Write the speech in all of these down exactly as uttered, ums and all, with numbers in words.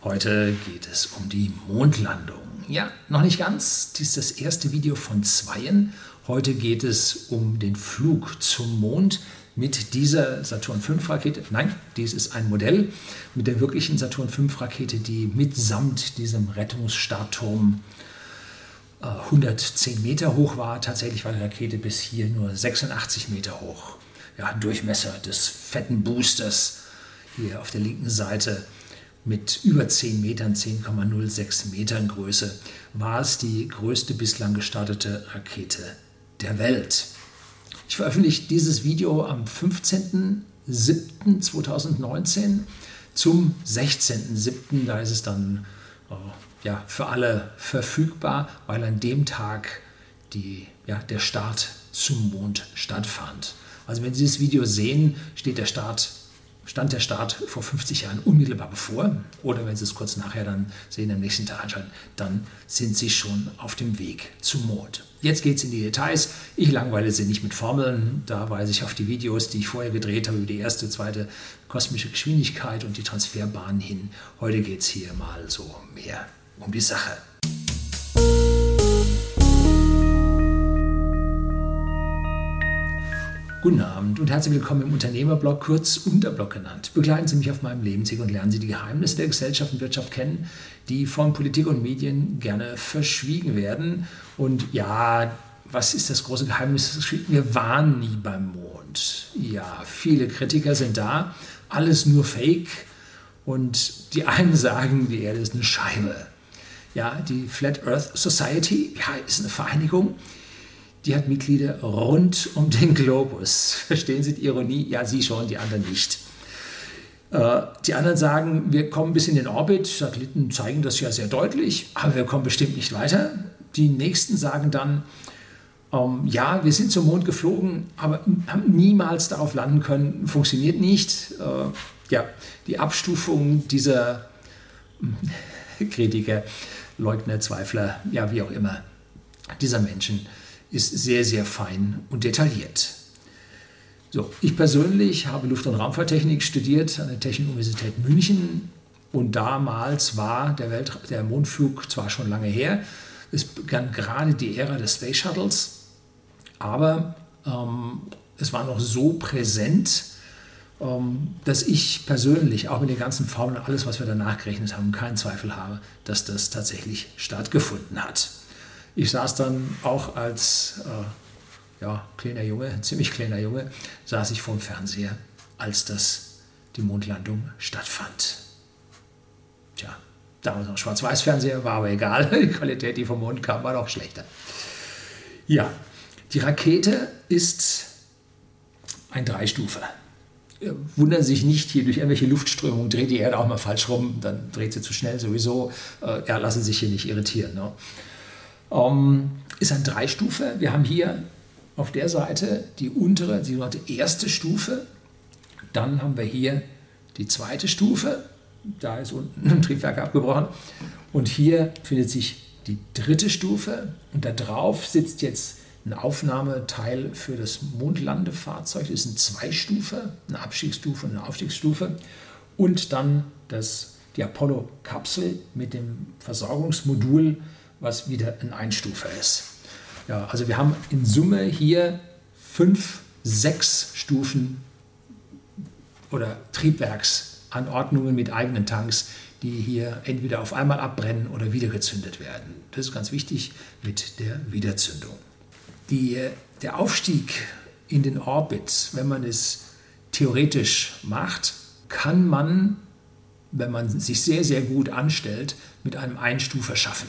Heute geht es um die Mondlandung. Ja, noch nicht ganz. Dies ist das erste Video von zweien. Heute geht es um den Flug zum Mond mit dieser Saturn fünf Rakete. Nein, dies ist ein Modell mit der wirklichen Saturn fünf Rakete, die mitsamt diesem Rettungsstartturm äh, hundertzehn Meter hoch war. Tatsächlich war die Rakete bis hier nur sechsundachtzig Meter hoch. Ja, Durchmesser des fetten Boosters hier auf der linken Seite mit über zehn Metern, zehn Komma null sechs Metern Größe, war es die größte bislang gestartete Rakete der Welt. Ich veröffentliche dieses Video am fünfzehnten siebten zweitausendneunzehn zum sechzehnten siebten Da ist es dann äh, ja, für alle verfügbar, weil an dem Tag die, ja, der Start zum Mond stattfand. Also wenn Sie dieses Video sehen, steht der Start stand der Start vor fünfzig Jahren unmittelbar bevor, oder wenn Sie es kurz nachher dann sehen, am nächsten Tag anschauen, dann sind Sie schon auf dem Weg zum Mond. Jetzt geht es in die Details. Ich langweile Sie nicht mit Formeln, da weise ich auf die Videos, die ich vorher gedreht habe, über die erste, zweite kosmische Geschwindigkeit und die Transferbahn hin. Heute geht es hier mal so mehr um die Sache. Guten Abend und herzlich willkommen im Unternehmerblog, kurz Unterblog genannt. Begleiten Sie mich auf meinem Lebensweg und lernen Sie die Geheimnisse der Gesellschaft und Wirtschaft kennen, die von Politik und Medien gerne verschwiegen werden. Und ja, was ist das große Geheimnis? Wir waren nie beim Mond. Ja, viele Kritiker sind da, alles nur Fake. Und die einen sagen, die Erde ist eine Scheibe. Ja, die Flat Earth Society, ja, ist eine Vereinigung. Die hat Mitglieder rund um den Globus. Verstehen Sie die Ironie? Ja, Sie schon, die anderen nicht. Äh, die anderen sagen, wir kommen bis in den Orbit. Satelliten zeigen das ja sehr deutlich, aber wir kommen bestimmt nicht weiter. Die Nächsten sagen dann, ähm, ja, wir sind zum Mond geflogen, aber haben niemals darauf landen können. Funktioniert nicht. Äh, ja, die Abstufung dieser Kritiker, Leugner, Zweifler, ja, wie auch immer, dieser Menschen ist sehr, sehr fein und detailliert. So, ich persönlich habe Luft- und Raumfahrttechnik studiert an der Technischen Universität München und damals war der, Welt, der Mondflug zwar schon lange her, es begann gerade die Ära des Space Shuttles, aber ähm, es war noch so präsent, ähm, dass ich persönlich, auch mit den ganzen Formeln, alles, was wir danach gerechnet haben, keinen Zweifel habe, dass das tatsächlich stattgefunden hat. Ich saß dann auch als äh, ja, kleiner Junge, ziemlich kleiner Junge, saß ich vorm Fernseher, als das, die Mondlandung stattfand. Tja, damals noch Schwarz-Weiß-Fernseher, war aber egal. Die Qualität, die vom Mond kam, war noch schlechter. Ja, die Rakete ist ein Dreistufer. Wundern Sie sich nicht, hier durch irgendwelche Luftströmungen dreht die Erde auch mal falsch rum, dann dreht sie zu schnell sowieso. Äh, ja, lassen Sie sich hier nicht irritieren. Ne? Um, ist ein Dreistufer. Wir haben hier auf der Seite die untere, die sogenannte erste Stufe. Dann haben wir hier die zweite Stufe. Da ist unten ein Triebwerk abgebrochen. Und hier findet sich die dritte Stufe. Und da drauf sitzt jetzt ein Aufnahmeteil für das Mondlandefahrzeug. Das ist eine Zweistufe, eine Abstiegsstufe und eine Aufstiegsstufe. Und dann das, die Apollo-Kapsel mit dem Versorgungsmodul, was wieder ein Einstufer ist. Ja, also wir haben in Summe hier fünf, sechs Stufen oder Triebwerksanordnungen mit eigenen Tanks, die hier entweder auf einmal abbrennen oder wieder gezündet werden. Das ist ganz wichtig mit der Wiederzündung. Die, der Aufstieg in den Orbit, wenn man es theoretisch macht, kann man, wenn man sich sehr, sehr gut anstellt, mit einem Einstufer schaffen.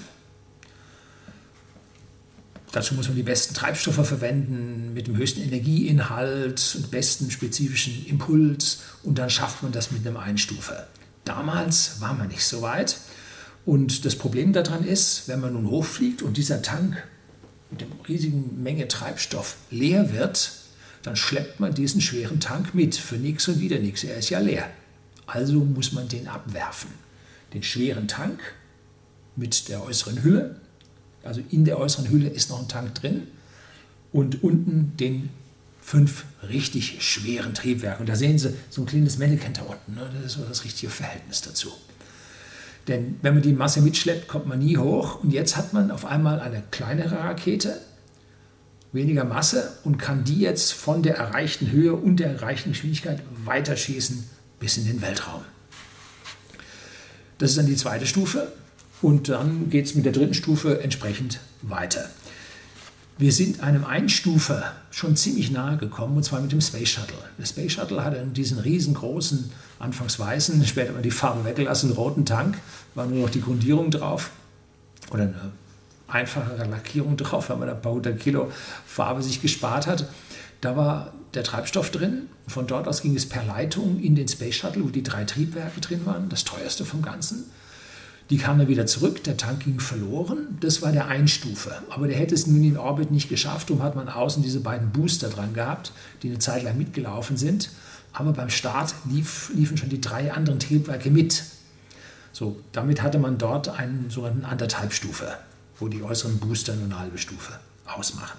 Dazu muss man die besten Treibstoffe verwenden, mit dem höchsten Energieinhalt und besten spezifischen Impuls, und dann schafft man das mit einem Einstufer. Damals war man nicht so weit, und das Problem daran ist, wenn man nun hochfliegt und dieser Tank mit der riesigen Menge Treibstoff leer wird, dann schleppt man diesen schweren Tank mit, für nichts und wieder nichts, er ist ja leer. Also muss man den abwerfen. Den schweren Tank mit der äußeren Hülle. Also in der äußeren Hülle ist noch ein Tank drin und unten den fünf richtig schweren Triebwerke. Und da sehen Sie so ein kleines Mannequin da unten. Ne? Das ist so das richtige Verhältnis dazu. Denn wenn man die Masse mitschleppt, kommt man nie hoch. Und jetzt hat man auf einmal eine kleinere Rakete, weniger Masse und kann die jetzt von der erreichten Höhe und der erreichten Geschwindigkeit weiterschießen bis in den Weltraum. Das ist dann die zweite Stufe und dann geht es mit der dritten Stufe entsprechend weiter. Wir sind einem Einstufer schon ziemlich nahe gekommen, und zwar mit dem Space Shuttle. Der Space Shuttle hatte diesen riesengroßen, anfangs weißen, später mal die Farbe weggelassen, roten Tank, war nur noch die Grundierung drauf oder eine einfachere Lackierung drauf, weil man da ein paar hundert Kilo Farbe sich gespart hat. Da war der Treibstoff drin. Von dort aus ging es per Leitung in den Space Shuttle, wo die drei Triebwerke drin waren, das teuerste vom Ganzen. Die kamen dann wieder zurück, der Tank ging verloren. Das war der Einstufe. Aber der hätte es nun in Orbit nicht geschafft. Darum hat man außen diese beiden Booster dran gehabt, die eine Zeit lang mitgelaufen sind. Aber beim Start lief, liefen schon die drei anderen Triebwerke mit. So, damit hatte man dort einen sogenannten Anderthalbstufe, wo die äußeren Booster nur eine halbe Stufe ausmachen.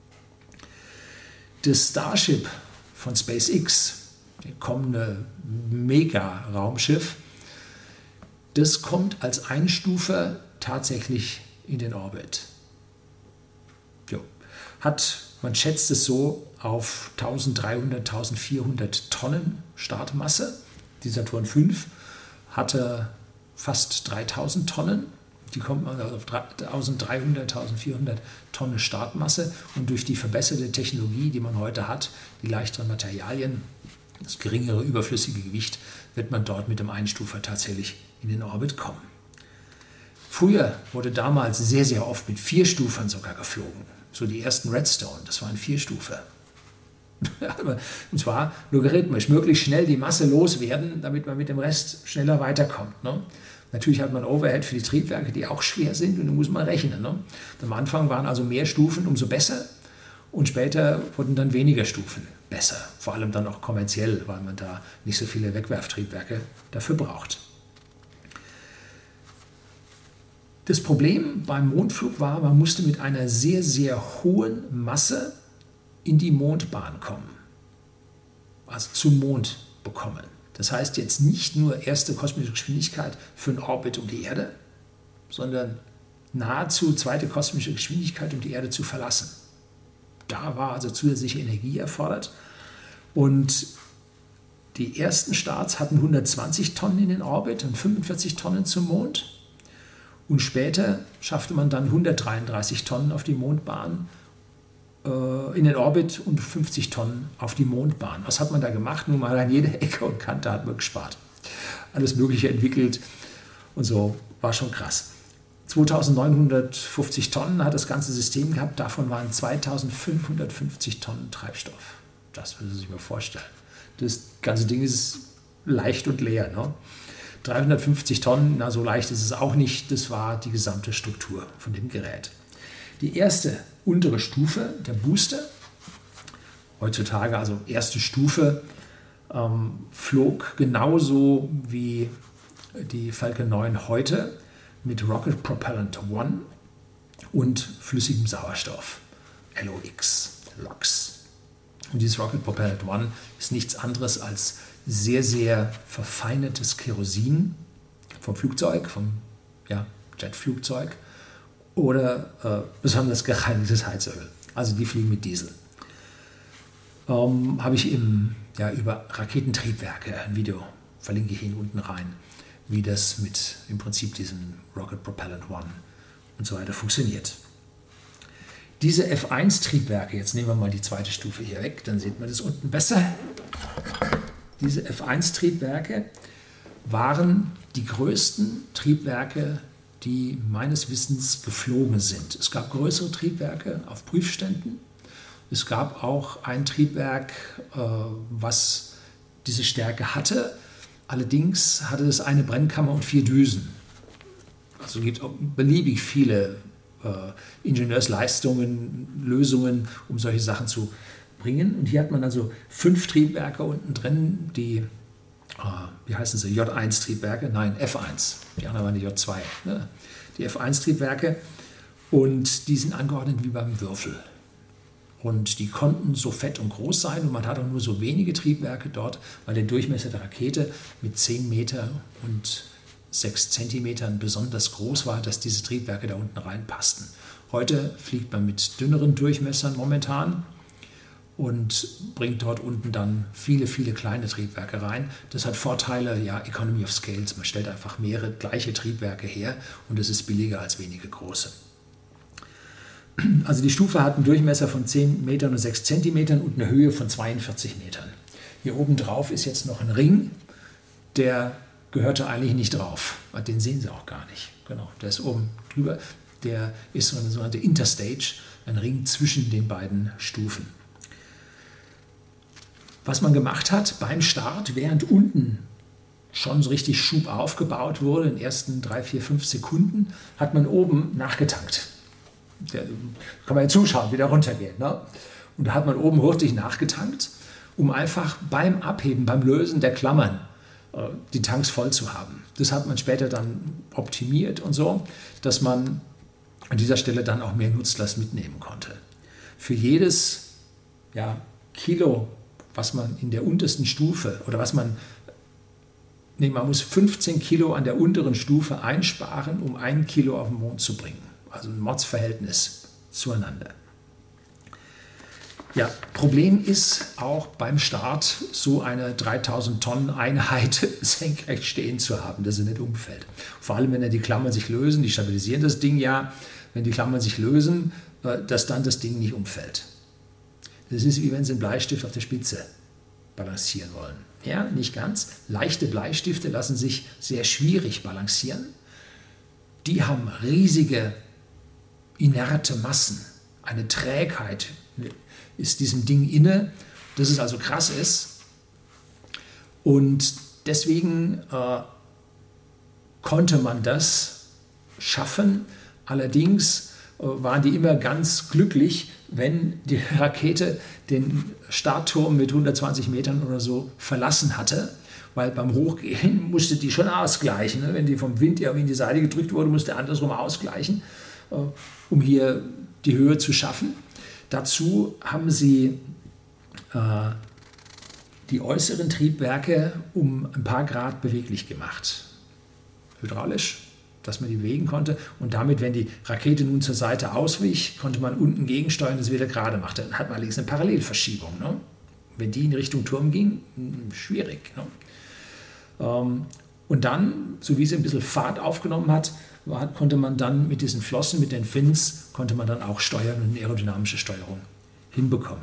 Das Starship von SpaceX, das kommende Mega-Raumschiff, das kommt als Einstufer tatsächlich in den Orbit. Jo. Hat, man schätzt es so, auf eintausenddreihundert, eintausendvierhundert Tonnen Startmasse. Die Saturn fünf hatte fast dreitausend Tonnen. Die kommt man auf eintausenddreihundert, eintausendvierhundert Tonnen Startmasse und durch die verbesserte Technologie, die man heute hat, die leichteren Materialien, das geringere überflüssige Gewicht, wird man dort mit dem Einstufer tatsächlich in den Orbit kommen. Früher wurde damals sehr, sehr oft mit Vierstufern sogar geflogen. So die ersten Redstone, das waren Vierstufer. Und zwar logarithmisch, möglichst schnell die Masse loswerden, damit man mit dem Rest schneller weiterkommt. Ne? Natürlich hat man Overhead für die Triebwerke, die auch schwer sind, und da muss man rechnen. Ne? Am Anfang waren also mehr Stufen, umso besser, und später wurden dann weniger Stufen besser. Vor allem dann auch kommerziell, weil man da nicht so viele Wegwerftriebwerke dafür braucht. Das Problem beim Mondflug war, man musste mit einer sehr, sehr hohen Masse in die Mondbahn kommen, also zum Mond bekommen. Das heißt jetzt nicht nur erste kosmische Geschwindigkeit für einen Orbit um die Erde, sondern nahezu zweite kosmische Geschwindigkeit, um die Erde zu verlassen. Da war also zusätzliche Energie erfordert. Und die ersten Starts hatten hundertzwanzig Tonnen in den Orbit und fünfundvierzig Tonnen zum Mond. Und später schaffte man dann hundertdreiunddreißig Tonnen auf die Mondbahn in den Orbit und fünfzig Tonnen auf die Mondbahn. Was hat man da gemacht? Nun mal an jeder Ecke und Kante hat man gespart. Alles Mögliche entwickelt und so, war schon krass. zweitausendneunhundertfünfzig Tonnen hat das ganze System gehabt, davon waren zweitausendfünfhundertfünfzig Tonnen Treibstoff. Das müssen Sie sich mal vorstellen. Das ganze Ding ist leicht und leer. Ne? dreihundertfünfzig Tonnen, na so leicht ist es auch nicht, das war die gesamte Struktur von dem Gerät. Die erste untere Stufe, der Booster, heutzutage also erste Stufe, ähm, flog genauso wie die Falcon neun heute mit Rocket Propellant eins und flüssigem Sauerstoff, L O X, L O X. Und dieses Rocket Propellant eins ist nichts anderes als sehr, sehr verfeinertes Kerosin vom Flugzeug, vom ja, Jetflugzeug, oder äh, besonders gereinigtes Heizöl. Also die fliegen mit Diesel. Ähm, Habe ich im, ja, über Raketentriebwerke ein Video, verlinke ich Ihnen unten rein, wie das mit im Prinzip diesem Rocket Propellant eins und so weiter funktioniert. Diese F eins Triebwerke, jetzt nehmen wir mal die zweite Stufe hier weg, dann sieht man das unten besser. Diese F eins Triebwerke waren die größten Triebwerke, die meines Wissens geflogen sind. Es gab größere Triebwerke auf Prüfständen. Es gab auch ein Triebwerk, äh, was diese Stärke hatte. Allerdings hatte es eine Brennkammer und vier Düsen. Also es gibt beliebig viele äh, Ingenieursleistungen, Lösungen, um solche Sachen zu bringen. Und hier hat man also fünf Triebwerke unten drin, die wie heißen sie, J eins Triebwerke, nein, F eins, die anderen waren die J zwei, ne? Die F eins Triebwerke, und die sind angeordnet wie beim Würfel. Und die konnten so fett und groß sein, und man hat auch nur so wenige Triebwerke dort, weil der Durchmesser der Rakete mit zehn Meter und sechs Zentimetern besonders groß war, dass diese Triebwerke da unten reinpassten. Heute fliegt man mit dünneren Durchmessern momentan und bringt dort unten dann viele, viele kleine Triebwerke rein. Das hat Vorteile, ja, Economy of Scales. Man stellt einfach mehrere gleiche Triebwerke her und es ist billiger als wenige große. Also die Stufe hat einen Durchmesser von zehn Metern und sechs Zentimetern und eine Höhe von zweiundvierzig Metern. Hier oben drauf ist jetzt noch ein Ring, der gehörte eigentlich nicht drauf. Den sehen Sie auch gar nicht. Genau, der ist oben drüber. Der ist so eine sogenannte Interstage, ein Ring zwischen den beiden Stufen. Was man gemacht hat beim Start, während unten schon so richtig Schub aufgebaut wurde, in den ersten drei, vier, fünf Sekunden, hat man oben nachgetankt. Da kann man ja zuschauen, wie der runtergeht. Ne? Und da hat man oben hurtig nachgetankt, um einfach beim Abheben, beim Lösen der Klammern äh, die Tanks voll zu haben. Das hat man später dann optimiert und so, dass man an dieser Stelle dann auch mehr Nutzlast mitnehmen konnte. Für jedes ja, Kilo, was man in der untersten Stufe oder was man, nee, man muss fünfzehn Kilo an der unteren Stufe einsparen, um ein Kilo auf den Mond zu bringen. Also ein Mordsverhältnis zueinander. Ja, Problem ist auch beim Start, so eine dreitausend Tonnen Einheit senkrecht stehen zu haben, dass sie nicht umfällt. Vor allem, wenn dann die Klammern sich lösen, die stabilisieren das Ding ja, wenn die Klammern sich lösen, dass dann das Ding nicht umfällt. Das ist wie wenn Sie einen Bleistift auf der Spitze balancieren wollen. Ja, nicht ganz. Leichte Bleistifte lassen sich sehr schwierig balancieren. Die haben riesige inerte Massen. Eine Trägheit ist diesem Ding inne, dass es also krass ist. Und deswegen äh, konnte man das schaffen. Allerdings äh, waren die immer ganz glücklich, wenn die Rakete den Startturm mit hundertzwanzig Metern oder so verlassen hatte. Weil beim Hochgehen musste die schon ausgleichen. Ne? Wenn die vom Wind irgendwie in die Seite gedrückt wurde, musste er andersrum ausgleichen, äh, um hier die Höhe zu schaffen. Dazu haben sie äh, die äußeren Triebwerke um ein paar Grad beweglich gemacht. Hydraulisch, dass man die bewegen konnte. Und damit, wenn die Rakete nun zur Seite auswich, konnte man unten gegensteuern, dass sie wieder gerade machte. Dann hat man allerdings eine Parallelverschiebung. Ne? Wenn die in Richtung Turm ging, schwierig. Ne? Ähm, und dann, so wie sie ein bisschen Fahrt aufgenommen hat, war, konnte man dann mit diesen Flossen, mit den Fins, konnte man dann auch steuern und eine aerodynamische Steuerung hinbekommen.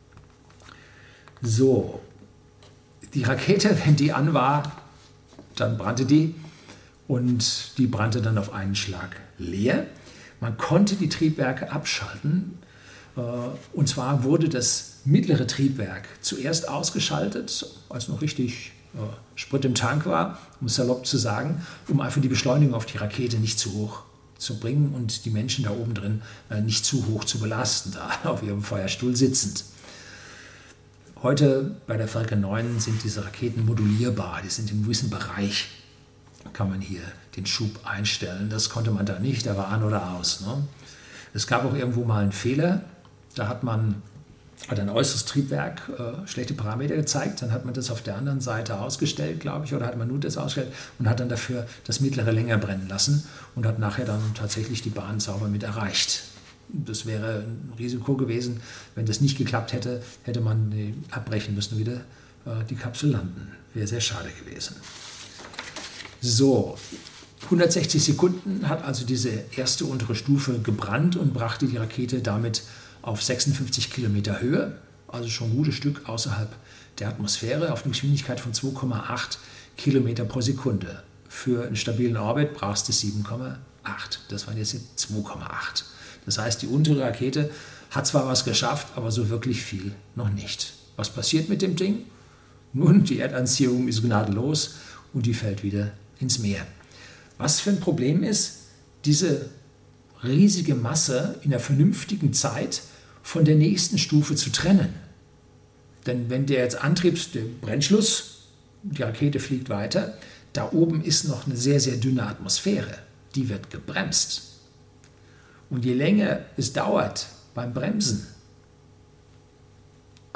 So, die Rakete, wenn die an war, dann brannte die und die brannte dann auf einen Schlag leer. Man konnte die Triebwerke abschalten äh, und zwar wurde das mittlere Triebwerk zuerst ausgeschaltet, als noch richtig äh, Sprit im Tank war, um es salopp zu sagen, um einfach die Beschleunigung auf die Rakete nicht zu hoch zu bringen und die Menschen da oben drin äh, nicht zu hoch zu belasten, da auf ihrem Feuerstuhl sitzend. Heute bei der Falcon neun sind diese Raketen modulierbar, die sind im gewissen Bereich, kann man hier den Schub einstellen. Das konnte man da nicht, da war an oder aus. Ne? Es gab auch irgendwo mal einen Fehler, da hat man hat ein äußeres Triebwerk äh, schlechte Parameter gezeigt, dann hat man das auf der anderen Seite ausgestellt, glaube ich, oder hat man nur das ausgestellt und hat dann dafür das mittlere länger brennen lassen und hat nachher dann tatsächlich die Bahn sauber mit erreicht. Das wäre ein Risiko gewesen, wenn das nicht geklappt hätte, hätte man die abbrechen müssen und wieder äh, die Kapsel landen. Wäre sehr schade gewesen. So, hundertsechzig Sekunden hat also diese erste untere Stufe gebrannt und brachte die Rakete damit auf sechsundfünfzig Kilometer Höhe, also schon ein gutes Stück außerhalb der Atmosphäre, auf eine Geschwindigkeit von zwei Komma acht Kilometer pro Sekunde. Für einen stabilen Orbit brauchst du sieben Komma acht. Das waren jetzt zwei Komma acht. Das heißt, die untere Rakete hat zwar was geschafft, aber so wirklich viel noch nicht. Was passiert mit dem Ding? Nun, die Erdanziehung ist gnadenlos und die fällt wieder ins Meer. Was für ein Problem ist, diese riesige Masse in einer vernünftigen Zeit von der nächsten Stufe zu trennen. Denn wenn der jetzt antriebst, der Brennschluss, die Rakete fliegt weiter, da oben ist noch eine sehr, sehr dünne Atmosphäre. Die wird gebremst. Und je länger es dauert beim Bremsen,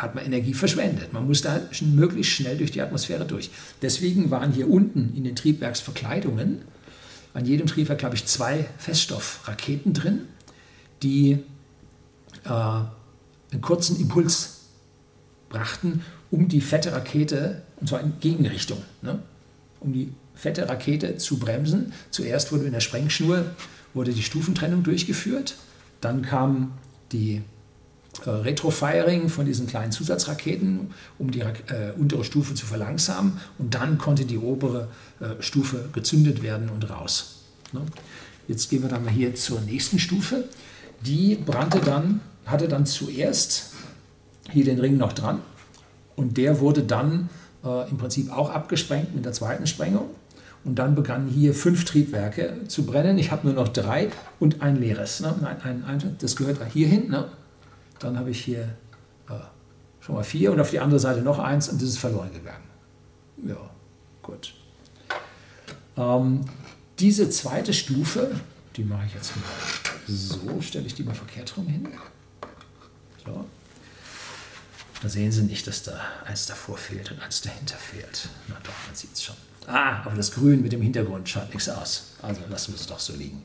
hat man Energie verschwendet. Man muss da möglichst schnell durch die Atmosphäre durch. Deswegen waren hier unten in den Triebwerksverkleidungen an jedem Triebwerk, glaube ich, zwei Feststoffraketen drin, die äh, einen kurzen Impuls brachten, um die fette Rakete, und zwar in Gegenrichtung, ne, um die fette Rakete zu bremsen. Zuerst wurde in der Sprengschnur wurde die Stufentrennung durchgeführt, dann kam die äh, Retrofiring von diesen kleinen Zusatzraketen, um die äh, untere Stufe zu verlangsamen, und dann konnte die obere äh, Stufe gezündet werden und raus. Ne? Jetzt gehen wir dann mal hier zur nächsten Stufe. Die brannte dann, hatte dann zuerst hier den Ring noch dran, und der wurde dann äh, im Prinzip auch abgesprengt mit der zweiten Sprengung. Und dann begannen hier fünf Triebwerke zu brennen. Ich habe nur noch drei und ein leeres. Ne? Ein, ein, ein, das gehört hier hin. Ne? Dann habe ich hier äh, schon mal vier und auf die andere Seite noch eins, und das ist verloren gegangen. Ja, gut. Ähm, diese zweite Stufe, die mache ich jetzt mal so, stelle ich die mal verkehrt rum hin. So. Da sehen Sie nicht, dass da eins davor fehlt und eins dahinter fehlt. Na doch, man sieht es schon. Ah, aber das Grün mit dem Hintergrund schaut nichts aus. Also lassen wir es doch so liegen.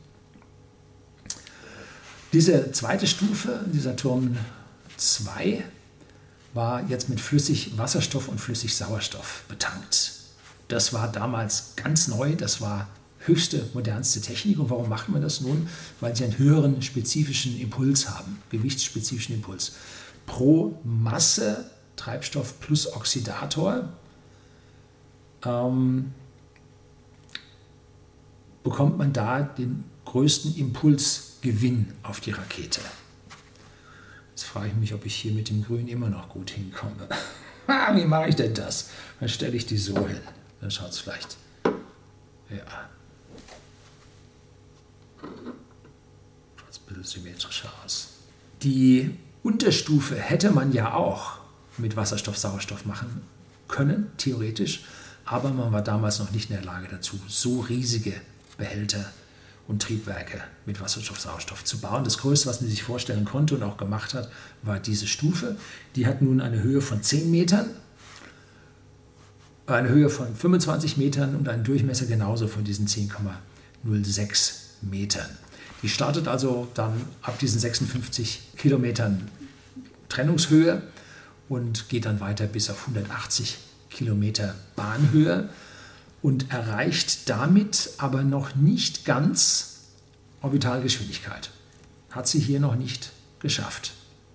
Diese zweite Stufe, dieser Turm zwei, war jetzt mit Flüssigwasserstoff und Flüssigsauerstoff betankt. Das war damals ganz neu, das war höchste, modernste Technik. Und warum macht man das nun? Weil sie einen höheren spezifischen Impuls haben, gewichtsspezifischen Impuls. Pro Masse Treibstoff plus Oxidator ähm, bekommt man da den größten Impulsgewinn auf die Rakete. Jetzt frage ich mich, ob ich hier mit dem Grün immer noch gut hinkomme. Wie mache ich denn das? Dann stelle ich die so hin. Dann schaut es vielleicht. Ja. Schaut es ein bisschen symmetrischer aus. Die Unterstufe hätte man ja auch mit Wasserstoff, Sauerstoff machen können, theoretisch, aber man war damals noch nicht in der Lage dazu, so riesige Behälter und Triebwerke mit Wasserstoff, Sauerstoff zu bauen. Das Größte, was man sich vorstellen konnte und auch gemacht hat, war diese Stufe. Die hat nun eine Höhe von zehn Metern, eine Höhe von fünfundzwanzig Metern und einen Durchmesser genauso von diesen zehn Komma null sechs Metern. Die startet also dann ab diesen sechsundfünfzig Kilometern Trennungshöhe und geht dann weiter bis auf hundertachtzig Kilometer Bahnhöhe und erreicht damit aber noch nicht ganz Orbitalgeschwindigkeit. Hat sie hier noch nicht geschafft.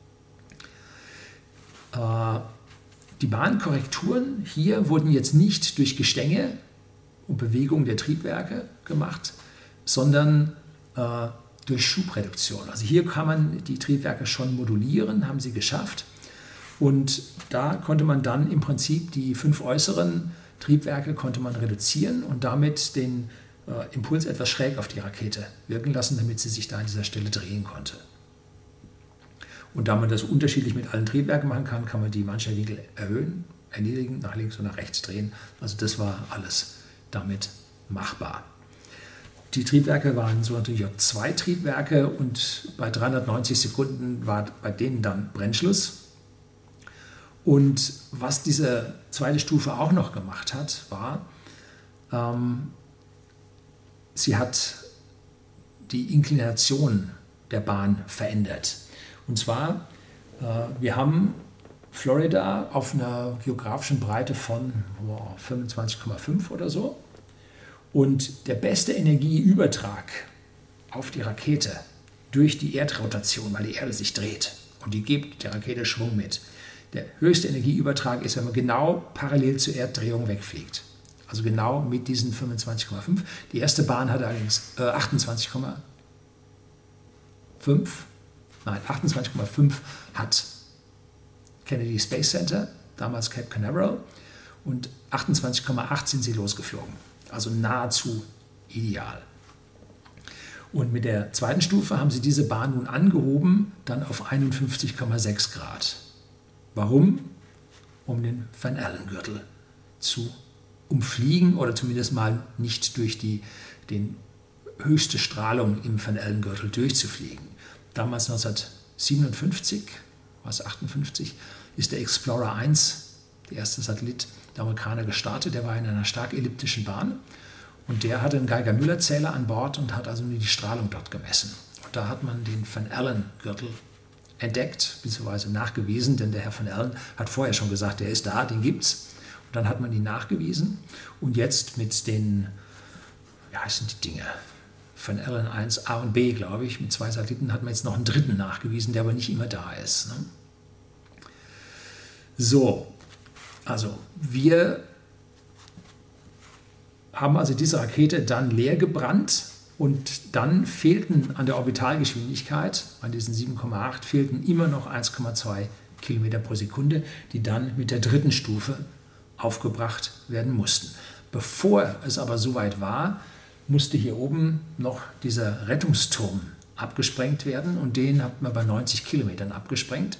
Äh, die Bahnkorrekturen hier wurden jetzt nicht durch Gestänge und Bewegung der Triebwerke gemacht, sondern äh, durch Schubreduktion. Also hier kann man die Triebwerke schon modulieren, haben sie geschafft. Und da konnte man dann im Prinzip die fünf äußeren Triebwerke konnte man reduzieren und damit den äh, Impuls etwas schräg auf die Rakete wirken lassen, damit sie sich da an dieser Stelle drehen konnte. Und da man das unterschiedlich mit allen Triebwerken machen kann, kann man die Mannschaftswinkel erhöhen, erniedrigen, nach links und nach rechts drehen. Also das war alles damit machbar. Die Triebwerke waren sogenannte J zwei Triebwerke und bei dreihundertneunzig Sekunden war bei denen dann Brennschluss. Und was diese zweite Stufe auch noch gemacht hat, war, ähm, sie hat die Inklination der Bahn verändert. Und zwar, äh, wir haben Florida auf einer geografischen Breite von wow, fünfundzwanzig Komma fünf oder so. Und der beste Energieübertrag auf die Rakete durch die Erdrotation, weil die Erde sich dreht und die gibt der Rakete Schwung mit. Der höchste Energieübertrag ist, wenn man genau parallel zur Erddrehung wegfliegt. Also genau mit diesen fünfundzwanzig Komma fünf. Die erste Bahn hatte allerdings äh, achtundzwanzig Komma fünf. Nein, achtundzwanzig Komma fünf hat Kennedy Space Center, damals Cape Canaveral, und achtundzwanzig Komma acht sind sie losgeflogen. Also nahezu ideal. Und mit der zweiten Stufe haben sie diese Bahn nun angehoben, dann auf einundfünfzig Komma sechs Grad. Warum? Um den Van Allen-Gürtel zu umfliegen oder zumindest mal nicht durch die den höchste Strahlung im Van Allen-Gürtel durchzufliegen. Damals neunzehnhundertsiebenundfünfzig, war es achtundfünfzig, ist der Explorer eins, der erste Satellit der Amerikaner, gestartet. Der war in einer stark elliptischen Bahn und der hatte einen Geiger-Müller-Zähler an Bord und hat also nur die Strahlung dort gemessen. Und da hat man den Van Allen-Gürtel entdeckt, beziehungsweise nachgewiesen, denn der Herr Van Allen hat vorher schon gesagt, der ist da, den gibt's. Und dann hat man ihn nachgewiesen und jetzt mit den, wie heißen die Dinge, Van Allen eins A und B, glaube ich, mit zwei Satelliten hat man jetzt noch einen dritten nachgewiesen, der aber nicht immer da ist. Ne? So, also wir haben also diese Rakete dann leer gebrannt und dann fehlten an der Orbitalgeschwindigkeit, an diesen sieben Komma acht, fehlten immer noch eins Komma zwei Kilometer pro Sekunde, die dann mit der dritten Stufe aufgebracht werden mussten. Bevor es aber soweit war, musste hier oben noch dieser Rettungsturm abgesprengt werden und den hat man bei neunzig Kilometern abgesprengt.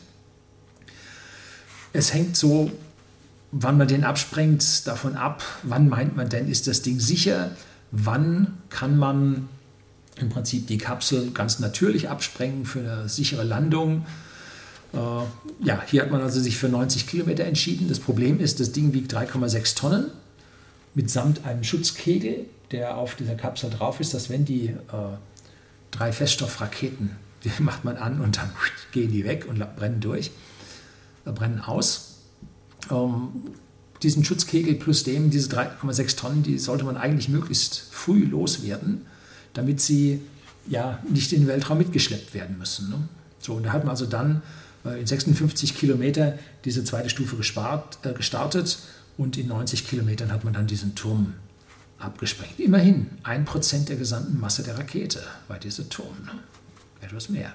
Es hängt so, wann man den absprengt, davon ab, wann meint man denn, ist das Ding sicher, wann kann man im Prinzip die Kapsel ganz natürlich absprengen für eine sichere Landung. Äh, ja, hier hat man also sich für neunzig Kilometer entschieden. Das Problem ist, das Ding wiegt drei Komma sechs Tonnen mitsamt einem Schutzkegel, der auf dieser Kapsel drauf ist, dass wenn die äh, drei Feststoffraketen, die macht man an und dann gehen die weg und brennen durch, äh, brennen aus. Ähm, diesen Schutzkegel plus dem, diese drei Komma sechs Tonnen, die sollte man eigentlich möglichst früh loswerden, damit sie ja nicht in den Weltraum mitgeschleppt werden müssen. Ne? So, und da hat man also dann äh, in sechsundfünfzig Kilometer diese zweite Stufe gespart, äh, gestartet und in neunzig Kilometern hat man dann diesen Turm abgesprengt. Immerhin ein Prozent der gesamten Masse der Rakete war dieser Turm. Ne? Etwas mehr.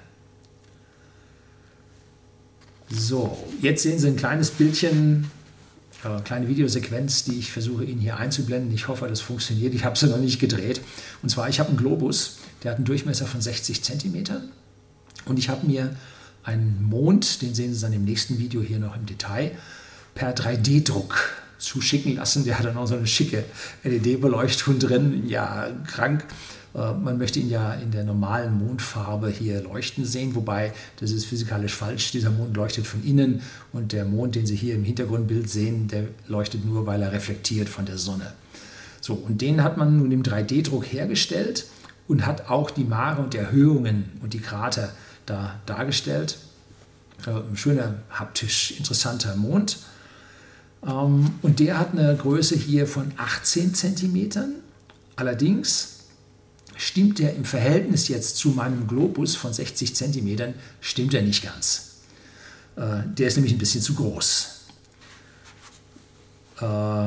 So, jetzt sehen Sie ein kleines Bildchen, eine kleine Videosequenz, die ich versuche Ihnen hier einzublenden. Ich hoffe, das funktioniert. Ich habe sie noch nicht gedreht. Und zwar, ich habe einen Globus, der hat einen Durchmesser von sechzig Zentimetern. Und ich habe mir einen Mond, den sehen Sie dann im nächsten Video hier noch im Detail, per drei D Druck zuschicken lassen. Der hat dann auch so eine schicke L E D-Beleuchtung drin. Ja, krank. Man möchte ihn ja in der normalen Mondfarbe hier leuchten sehen, wobei das ist physikalisch falsch. Dieser Mond leuchtet von innen und der Mond, den Sie hier im Hintergrundbild sehen, der leuchtet nur, weil er reflektiert von der Sonne. So, und den hat man nun im drei D Druck hergestellt und hat auch die Mare und Erhöhungen und die Krater da dargestellt. Ein schöner, haptisch interessanter Mond. Und der hat eine Größe hier von achtzehn Zentimetern. Allerdings stimmt der im Verhältnis jetzt zu meinem Globus von sechzig Zentimetern, stimmt er nicht ganz. Äh, der ist nämlich ein bisschen zu groß. Äh,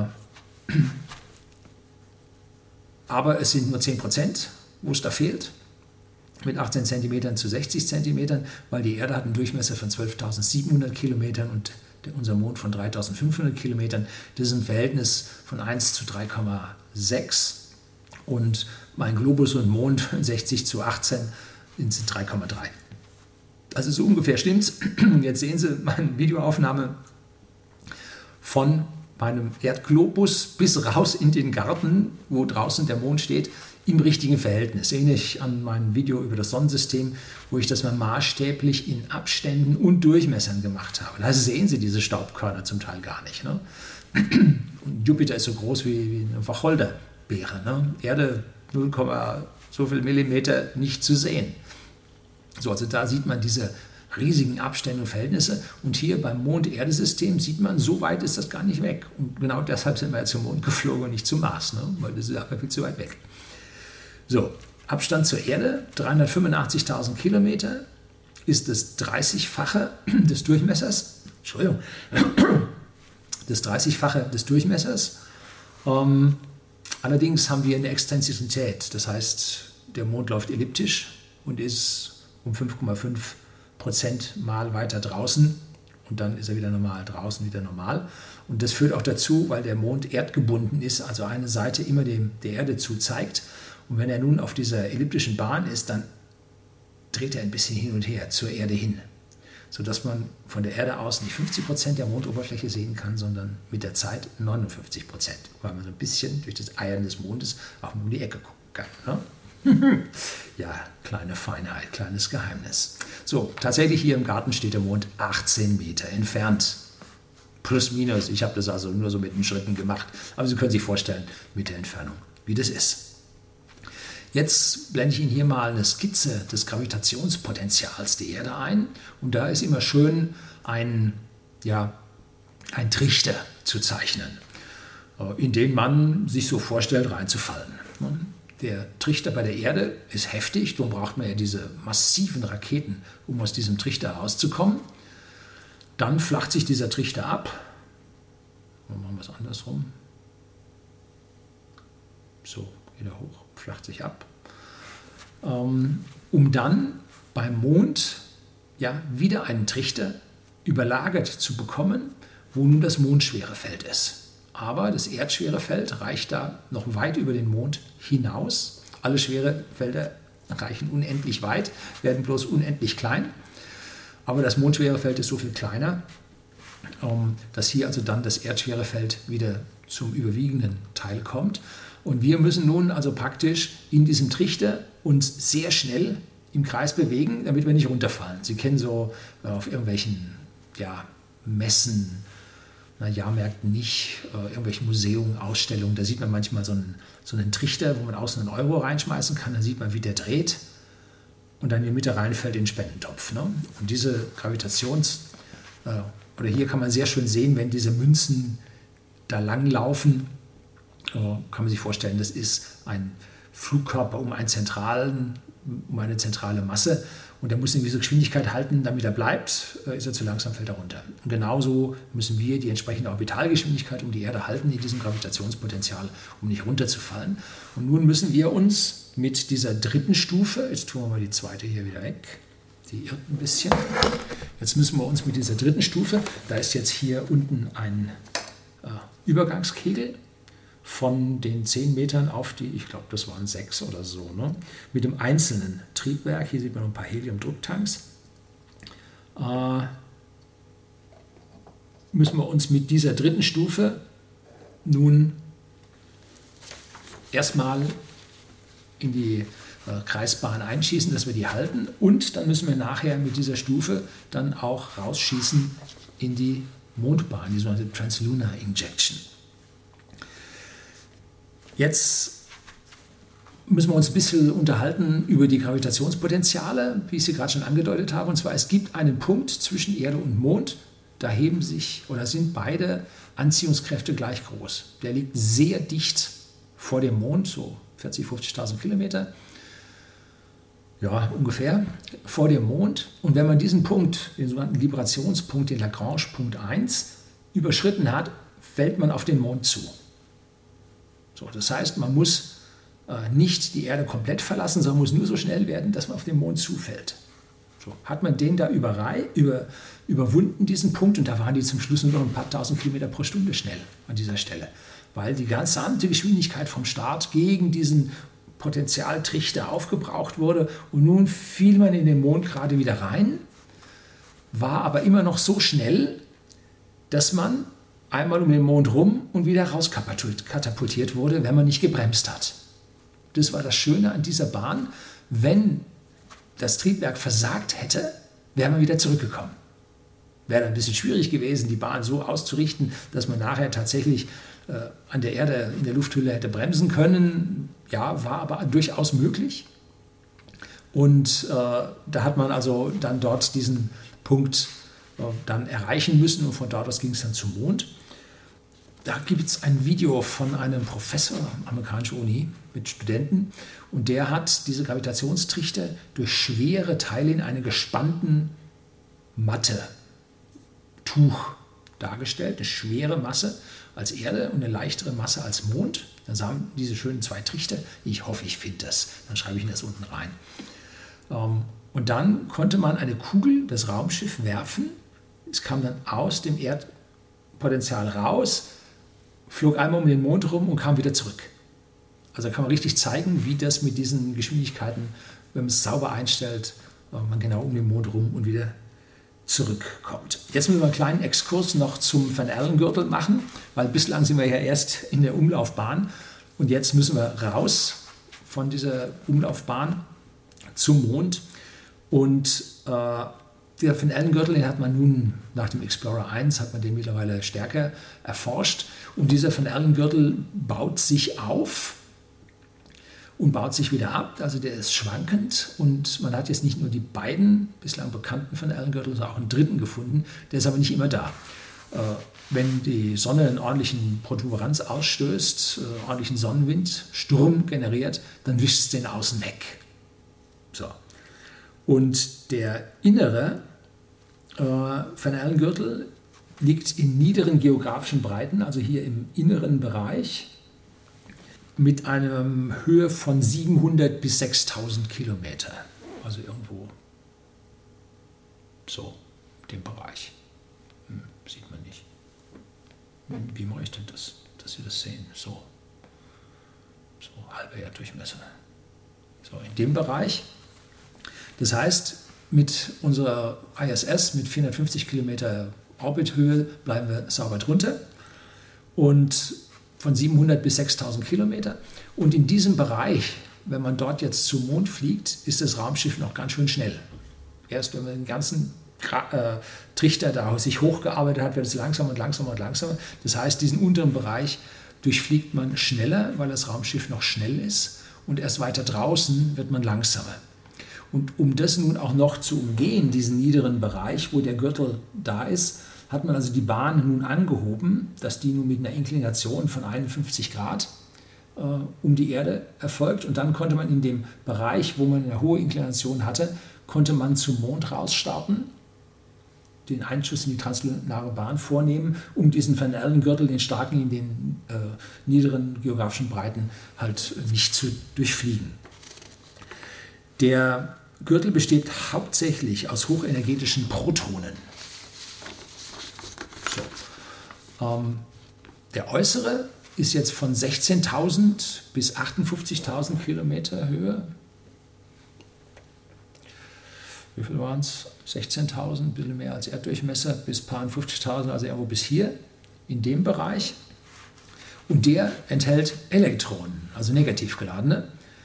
aber es sind nur zehn Prozent, wo es da fehlt, mit achtzehn Zentimetern zu sechzig Zentimetern, weil die Erde hat einen Durchmesser von zwölftausendsiebenhundert Kilometern und der, unser Mond von dreitausendfünfhundert Kilometern. Das ist ein Verhältnis von eins zu drei Komma sechs. Und mein Globus und Mond sechzig zu achtzehn sind drei Komma drei. Also so ungefähr stimmt's. Jetzt sehen Sie meine Videoaufnahme von meinem Erdglobus bis raus in den Garten, wo draußen der Mond steht, im richtigen Verhältnis. Ähnlich an mein Video über das Sonnensystem, wo ich das mal maßstäblich in Abständen und Durchmessern gemacht habe. Da sehen Sie diese Staubkörner zum Teil gar nicht. Ne? Und Jupiter ist so groß wie, wie eine Wacholder. Ne? Erde null, so viel Millimeter nicht zu sehen. So, also da sieht man diese riesigen Abstände und Verhältnisse und hier beim Mond-Erde-System sieht man, so weit ist das gar nicht weg und genau deshalb sind wir jetzt zum Mond geflogen und nicht zum Mars, ne? Weil das ist einfach viel zu weit weg. So, Abstand zur Erde, dreihundertfünfundachtzigtausend Kilometer, ist das dreißigfache des Durchmessers, Entschuldigung, das dreißigfache des Durchmessers. Ähm, Allerdings haben wir eine Exzentrizität, das heißt, der Mond läuft elliptisch und ist um fünf Komma fünf Prozent mal weiter draußen und dann ist er wieder normal, draußen wieder normal. Und das führt auch dazu, weil der Mond erdgebunden ist, also eine Seite immer dem, der Erde zu zeigt. Und wenn er nun auf dieser elliptischen Bahn ist, dann dreht er ein bisschen hin und her zur Erde hin, sodass man von der Erde aus nicht fünfzig Prozent der Mondoberfläche sehen kann, sondern mit der Zeit neunundfünfzig Prozent, weil man so ein bisschen durch das Eiern des Mondes auch mal um die Ecke gucken kann. Ne? Ja, kleine Feinheit, kleines Geheimnis. So, tatsächlich hier im Garten steht der Mond achtzehn Meter entfernt. plus minus. Ich habe das also nur so mit den Schritten gemacht. Aber Sie können sich vorstellen, mit der Entfernung, wie das ist. Jetzt blende ich Ihnen hier mal eine Skizze des Gravitationspotenzials der Erde ein. Und da ist immer schön ein, ja, ein Trichter zu zeichnen, in den man sich so vorstellt, reinzufallen. Der Trichter bei der Erde ist heftig, darum braucht man ja diese massiven Raketen, um aus diesem Trichter rauszukommen. Dann flacht sich dieser Trichter ab. Machen wir es andersrum. So, wieder hoch, flacht sich ab. Um dann beim Mond ja, wieder einen Trichter überlagert zu bekommen, wo nun das Mondschwerefeld ist. Aber das Erdschwerefeld reicht da noch weit über den Mond hinaus. Alle Schwerefelder reichen unendlich weit, werden bloß unendlich klein. Aber das Mondschwerefeld ist so viel kleiner, dass hier also dann das Erdschwerefeld wieder zum überwiegenden Teil kommt. Und wir müssen nun also praktisch in diesem Trichter uns sehr schnell im Kreis bewegen, damit wir nicht runterfallen. Sie kennen so auf irgendwelchen ja, Messen, na, Jahrmärkten nicht, äh, irgendwelchen Museum, Ausstellungen, da sieht man manchmal so einen, so einen Trichter, wo man außen einen Euro reinschmeißen kann, dann sieht man, wie der dreht und dann in die Mitte reinfällt in den Spendentopf. Ne? Und diese Gravitations- äh, oder hier kann man sehr schön sehen, wenn diese Münzen da langlaufen, äh, kann man sich vorstellen, das ist ein Flugkörper um, einen zentralen, um eine zentrale Masse. Und der muss eine gewisse Geschwindigkeit halten, damit er bleibt, ist er zu langsam, fällt er runter. Und genauso müssen wir die entsprechende Orbitalgeschwindigkeit um die Erde halten in diesem Gravitationspotenzial, um nicht runterzufallen. Und nun müssen wir uns mit dieser dritten Stufe, jetzt tun wir mal die zweite hier wieder weg, die irrt ein bisschen, jetzt müssen wir uns mit dieser dritten Stufe, da ist jetzt hier unten ein äh, Übergangskegel, von den zehn Metern auf die, ich glaube, das waren sechs oder so, ne? Mit dem einzelnen Triebwerk. Hier sieht man noch ein paar Heliumdrucktanks. Äh, müssen wir uns mit dieser dritten Stufe nun erstmal in die äh, Kreisbahn einschießen, dass wir die halten. Und dann müssen wir nachher mit dieser Stufe dann auch rausschießen in die Mondbahn, die sogenannte Translunar Injection. Jetzt müssen wir uns ein bisschen unterhalten über die Gravitationspotenziale, wie ich sie gerade schon angedeutet habe. Und zwar, es gibt einen Punkt zwischen Erde und Mond, da heben sich oder sind beide Anziehungskräfte gleich groß. Der liegt sehr dicht vor dem Mond, so vierzigtausend, fünfzigtausend Kilometer, ja, ungefähr vor dem Mond. Und wenn man diesen Punkt, den sogenannten Librationspunkt, den Lagrange-Punkt eins, überschritten hat, fällt man auf den Mond zu. So, das heißt, man muss äh, nicht die Erde komplett verlassen, sondern muss nur so schnell werden, dass man auf den Mond zufällt. So, hat man den da überrei, über, überwunden, diesen Punkt, und da waren die zum Schluss nur noch ein paar tausend Kilometer pro Stunde schnell an dieser Stelle, weil die gesamte Geschwindigkeit vom Start gegen diesen Potentialtrichter aufgebraucht wurde und nun fiel man in den Mond gerade wieder rein, war aber immer noch so schnell, dass man einmal um den Mond rum und wieder rauskatapultiert wurde, wenn man nicht gebremst hat. Das war das Schöne an dieser Bahn. Wenn das Triebwerk versagt hätte, wäre man wieder zurückgekommen. Wäre ein bisschen schwierig gewesen, die Bahn so auszurichten, dass man nachher tatsächlich äh, an der Erde in der Lufthülle hätte bremsen können. Ja, war aber durchaus möglich. Und äh, da hat man also dann dort diesen Punkt äh, dann erreichen müssen und von dort aus ging es dann zum Mond. Da gibt es ein Video von einem Professor, amerikanischer Uni, mit Studenten, und der hat diese Gravitationstrichter durch schwere Teile in einer gespannten Matte, Tuch dargestellt, eine schwere Masse als Erde und eine leichtere Masse als Mond. Dann sahen diese schönen zwei Trichter. Ich hoffe, ich finde das. Dann schreibe ich Ihnen das unten rein. Und dann konnte man eine Kugel, das Raumschiff, werfen. Es kam dann aus dem Erdpotenzial raus, flog einmal um den Mond rum und kam wieder zurück. Also da kann man richtig zeigen, wie das mit diesen Geschwindigkeiten, wenn man es sauber einstellt, man genau um den Mond rum und wieder zurückkommt. Jetzt müssen wir einen kleinen Exkurs noch zum Van Allen-Gürtel machen, weil bislang sind wir ja erst in der Umlaufbahn und jetzt müssen wir raus von dieser Umlaufbahn zum Mond. Und äh, Der Van Allen-Gürtel, den hat man nun nach dem Explorer eins, hat man den mittlerweile stärker erforscht. Und dieser Van Allen-Gürtel baut sich auf und baut sich wieder ab. Also der ist schwankend. Und man hat jetzt nicht nur die beiden bislang bekannten Van Allen-Gürtel, sondern auch einen dritten gefunden. Der ist aber nicht immer da. Äh, wenn die Sonne einen ordentlichen Protuberanz ausstößt, äh, ordentlichen Sonnenwind, Sturm generiert, dann wischt es den außen weg. So. Und der innere äh, Van Allen-Gürtel liegt in niederen geografischen Breiten, also hier im inneren Bereich, mit einer Höhe von siebenhundert bis sechstausend Kilometer. Also irgendwo so, in dem Bereich. Hm, sieht man nicht. Hm, wie mache ich denn das, dass Sie das sehen? So, so halber Erddurchmesser. So, in dem Bereich. Das heißt, mit unserer I S S mit vierhundertfünfzig Kilometer Orbithöhe bleiben wir sauber drunter und von siebenhundert bis sechstausend Kilometer. Und in diesem Bereich, wenn man dort jetzt zum Mond fliegt, ist das Raumschiff noch ganz schön schnell. Erst wenn man den ganzen äh, Trichter da sich hochgearbeitet hat, wird es langsamer und langsamer und langsamer. Das heißt, diesen unteren Bereich durchfliegt man schneller, weil das Raumschiff noch schnell ist. Und erst weiter draußen wird man langsamer. Und um das nun auch noch zu umgehen, diesen niederen Bereich, wo der Gürtel da ist, hat man also die Bahn nun angehoben, dass die nun mit einer Inklination von einundfünfzig Grad äh, um die Erde erfolgt. Und dann konnte man in dem Bereich, wo man eine hohe Inklination hatte, konnte man zum Mond rausstarten, den Einschuss in die translunare Bahn vornehmen, um diesen Van Allen-Gürtel, den starken in den äh, niederen geografischen Breiten, halt nicht zu durchfliegen. Der Gürtel besteht hauptsächlich aus hochenergetischen Protonen. So. Ähm, der äußere ist jetzt von sechzehntausend bis achtundfünfzigtausend Kilometer Höhe. Wie viel waren es? sechzehntausend, ein bisschen mehr als Erddurchmesser, bis fünfzigtausend, also irgendwo bis hier, in dem Bereich. Und der enthält Elektronen, also negativ geladene.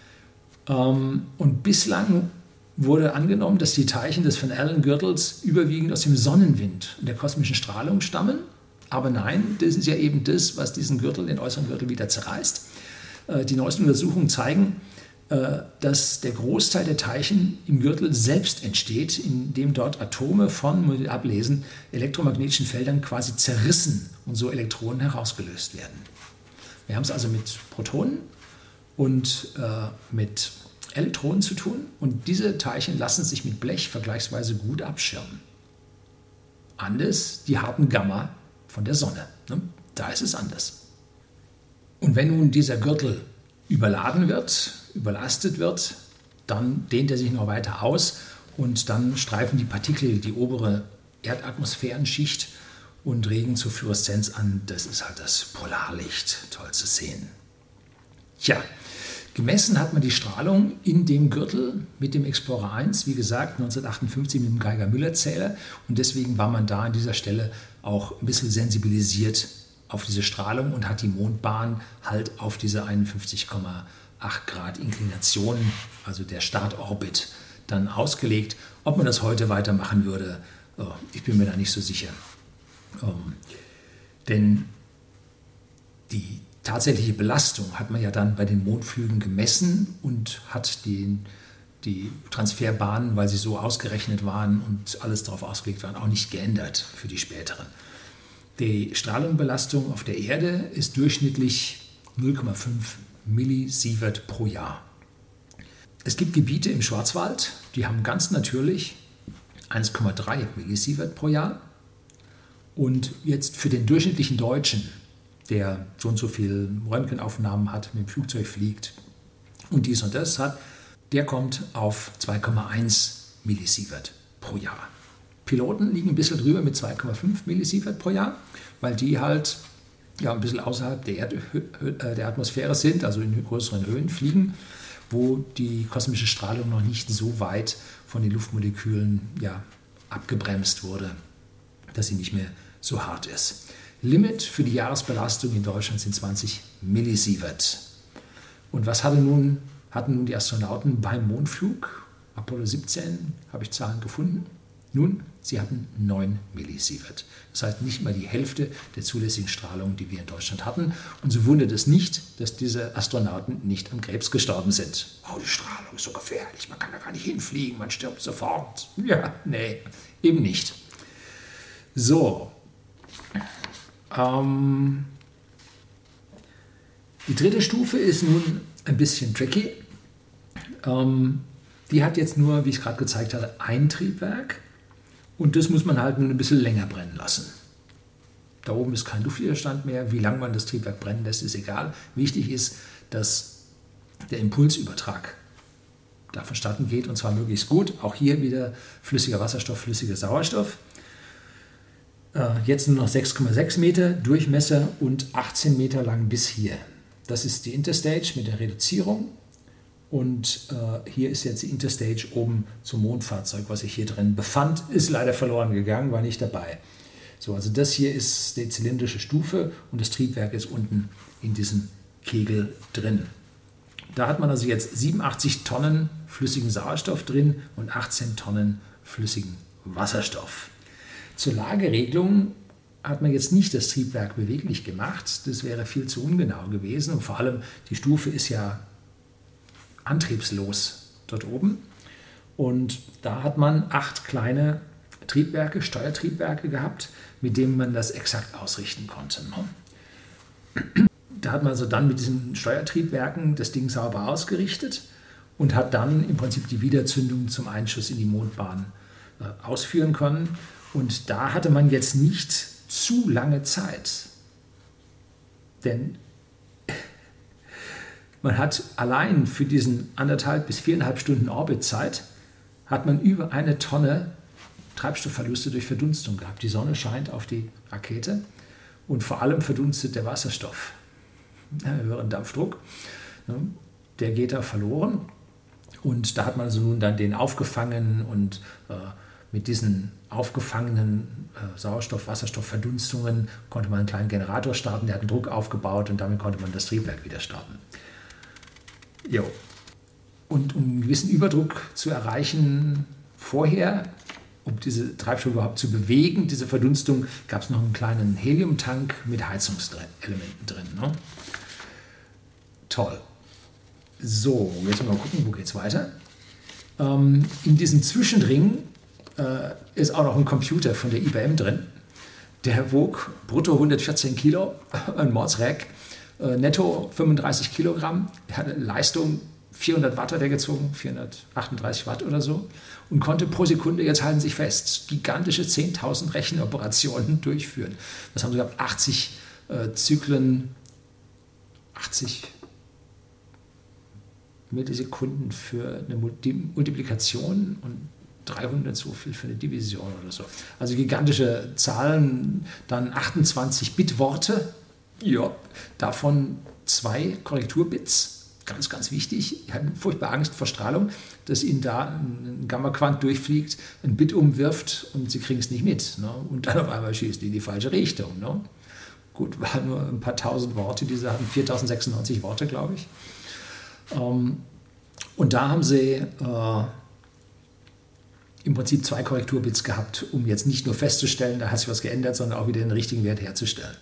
Und bislang wurde angenommen, dass die Teilchen des Van Allen-Gürtels überwiegend aus dem Sonnenwind und der kosmischen Strahlung stammen. Aber nein, das ist ja eben das, was diesen Gürtel, den äußeren Gürtel, wieder zerreißt. Die neuesten Untersuchungen zeigen, dass der Großteil der Teilchen im Gürtel selbst entsteht, indem dort Atome von, muss ich ablesen, elektromagnetischen Feldern quasi zerrissen und so Elektronen herausgelöst werden. Wir haben es also mit Protonen und äh, mit Elektronen zu tun und diese Teilchen lassen sich mit Blech vergleichsweise gut abschirmen. Anders die harten Gamma von der Sonne. Ne? Da ist es anders. Und wenn nun dieser Gürtel überladen wird, überlastet wird, dann dehnt er sich noch weiter aus und dann streifen die Partikel die obere Erdatmosphärenschicht und regen zur Fluoreszenz an. Das ist halt das Polarlicht, toll zu sehen. Tja, gemessen hat man die Strahlung in dem Gürtel mit dem Explorer eins, wie gesagt, neunzehnhundertachtundfünfzig mit dem Geiger-Müller-Zähler und deswegen war man da an dieser Stelle auch ein bisschen sensibilisiert auf diese Strahlung und hat die Mondbahn halt auf diese einundfünfzig Komma acht Grad Inklination, also der Startorbit, dann ausgelegt. Ob man das heute weitermachen würde, oh, ich bin mir da nicht so sicher. Um, denn die tatsächliche Belastung hat man ja dann bei den Mondflügen gemessen und hat den, die Transferbahnen, weil sie so ausgerechnet waren und alles darauf ausgelegt waren, auch nicht geändert für die späteren. Die Strahlungsbelastung auf der Erde ist durchschnittlich null Komma fünf Millisievert pro Jahr. Es gibt Gebiete im Schwarzwald, die haben ganz natürlich eins Komma drei Millisievert pro Jahr. Und jetzt für den durchschnittlichen Deutschen, der so und so viele Röntgenaufnahmen hat, mit dem Flugzeug fliegt und dies und das hat, der kommt auf zwei Komma eins Millisievert pro Jahr. Piloten liegen ein bisschen drüber mit zwei Komma fünf Millisievert pro Jahr, weil die halt ja, ein bisschen außerhalb der, Erd der Atmosphäre sind, also in größeren Höhen fliegen, wo die kosmische Strahlung noch nicht so weit von den Luftmolekülen ja, abgebremst wurde, dass sie nicht mehr so hart ist. Limit für die Jahresbelastung in Deutschland sind zwanzig Millisievert. Und was hatten nun, hatten nun die Astronauten beim Mondflug? Apollo siebzehn habe ich Zahlen gefunden. Nun, sie hatten neun Millisievert. Das heißt nicht mal die Hälfte der zulässigen Strahlung, die wir in Deutschland hatten. Und so wundert es nicht, dass diese Astronauten nicht am Krebs gestorben sind. Oh, die Strahlung ist so gefährlich, man kann da gar nicht hinfliegen, man stirbt sofort. Ja, nee, eben nicht. So. Ähm, die dritte Stufe ist nun ein bisschen tricky. Ähm, die hat jetzt nur, wie ich gerade gezeigt hatte, ein Triebwerk. Und das muss man halt nur ein bisschen länger brennen lassen. Da oben ist kein Luftwiderstand mehr. Wie lange man das Triebwerk brennen lässt, ist egal. Wichtig ist, dass der Impulsübertrag da vonstatten geht und zwar möglichst gut. Auch hier wieder flüssiger Wasserstoff, flüssiger Sauerstoff. Äh, jetzt nur noch sechs Komma sechs Meter Durchmesser und achtzehn Meter lang bis hier. Das ist die Interstage mit der Reduzierung. Und äh, hier ist jetzt die Interstage oben zum Mondfahrzeug, was sich hier drin befand, ist leider verloren gegangen, war nicht dabei. So, also das hier ist die zylindrische Stufe und das Triebwerk ist unten in diesem Kegel drin. Da hat man also jetzt siebenundachtzig Tonnen flüssigen Sauerstoff drin und achtzehn Tonnen flüssigen Wasserstoff. Zur Lageregelung hat man jetzt nicht das Triebwerk beweglich gemacht. Das wäre viel zu ungenau gewesen und vor allem die Stufe ist ja antriebslos dort oben. Und da hat man acht kleine Triebwerke, Steuertriebwerke gehabt, mit denen man das exakt ausrichten konnte. Da hat man also dann mit diesen Steuertriebwerken das Ding sauber ausgerichtet und hat dann im Prinzip die Wiederzündung zum Einschuss in die Mondbahn äh, ausführen können. Und da hatte man jetzt nicht zu lange Zeit. Denn man hat allein für diesen anderthalb bis viereinhalb Stunden Orbitzeit hat man über eine Tonne Treibstoffverluste durch Verdunstung gehabt. Die Sonne scheint auf die Rakete und vor allem verdunstet der Wasserstoff. Ja, höheren Dampfdruck, ne, der geht da verloren. Und da hat man also nun dann den aufgefangen und äh, mit diesen aufgefangenen äh, Sauerstoff-Wasserstoff-Verdunstungen konnte man einen kleinen Generator starten, der hat einen Druck aufgebaut und damit konnte man das Triebwerk wieder starten. Jo. Und um einen gewissen Überdruck zu erreichen vorher, um diese Treibstoff überhaupt zu bewegen, diese Verdunstung, gab es noch einen kleinen Heliumtank mit Heizungselementen drin. Ne? Toll. So, jetzt mal gucken, wo geht es weiter. Ähm, in diesem Zwischenring äh, ist auch noch ein Computer von der I B M drin. Der wog brutto hundertvierzehn Kilo, ein Mordsrack, äh, netto fünfunddreißig Kilogramm. Er hatte Leistung vierhundert Watt hat er gezogen, vierhundertachtunddreißig Watt oder so, und konnte pro Sekunde, jetzt halten Sie sich fest, gigantische zehntausend Rechenoperationen durchführen. Das haben sie gehabt, achtzig äh, Zyklen, achtzig Millisekunden für eine Multiplikation und dreihundert so viel für eine Division oder so. Also gigantische Zahlen, dann achtundzwanzig Bit-Worte, ja, davon zwei Korrekturbits. Ganz, ganz wichtig. Ich hatte furchtbar Angst vor Strahlung, dass Ihnen da ein Gamma-Quant durchfliegt, ein Bit umwirft und Sie kriegen es nicht mit. Ne? Und dann auf einmal schießt die in die falsche Richtung. Ne? Gut, waren nur ein paar tausend Worte, diese hatten viertausendsechsundneunzig Worte, glaube ich. Ähm, und da haben Sie äh, im Prinzip zwei Korrekturbits gehabt, um jetzt nicht nur festzustellen, da hat sich was geändert, sondern auch wieder den richtigen Wert herzustellen.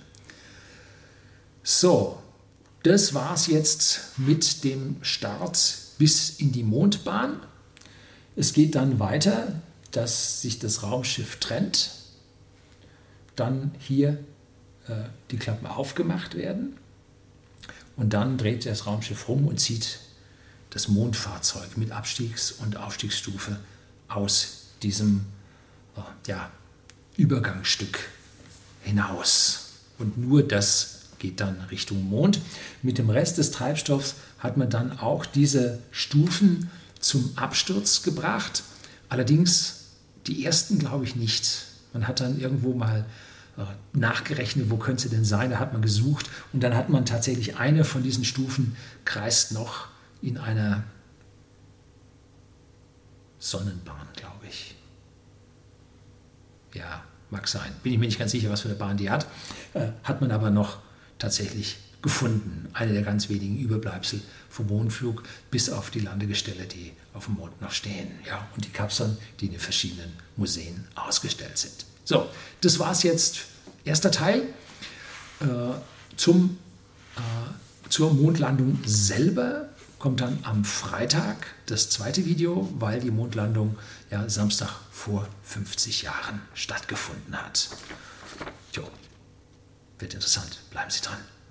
So. Das war es jetzt mit dem Start bis in die Mondbahn. Es geht dann weiter, dass sich das Raumschiff trennt, dann hier äh, die Klappen aufgemacht werden und dann dreht das Raumschiff rum und zieht das Mondfahrzeug mit Abstiegs- und Aufstiegsstufe aus diesem äh, ja, Übergangsstück hinaus. Und nur das geht dann Richtung Mond. Mit dem Rest des Treibstoffs hat man dann auch diese Stufen zum Absturz gebracht. Allerdings die ersten glaube ich nicht. Man hat dann irgendwo mal äh, nachgerechnet, wo könnte sie denn sein. Da hat man gesucht und dann hat man tatsächlich eine von diesen Stufen kreist noch in einer Sonnenbahn, glaube ich. Ja, mag sein. Bin ich mir nicht ganz sicher, was für eine Bahn die hat. Äh, hat man aber noch tatsächlich gefunden. Eine der ganz wenigen Überbleibsel vom Mondflug, bis auf die Landegestelle, die auf dem Mond noch stehen. Ja, und die Kapseln, die in den verschiedenen Museen ausgestellt sind. So, das war es jetzt. Erster Teil äh, zum, äh, zur Mondlandung selber. Kommt dann am Freitag das zweite Video, weil die Mondlandung ja Samstag vor fünfzig Jahren stattgefunden hat. Jo, wird interessant. Bleiben Sie dran.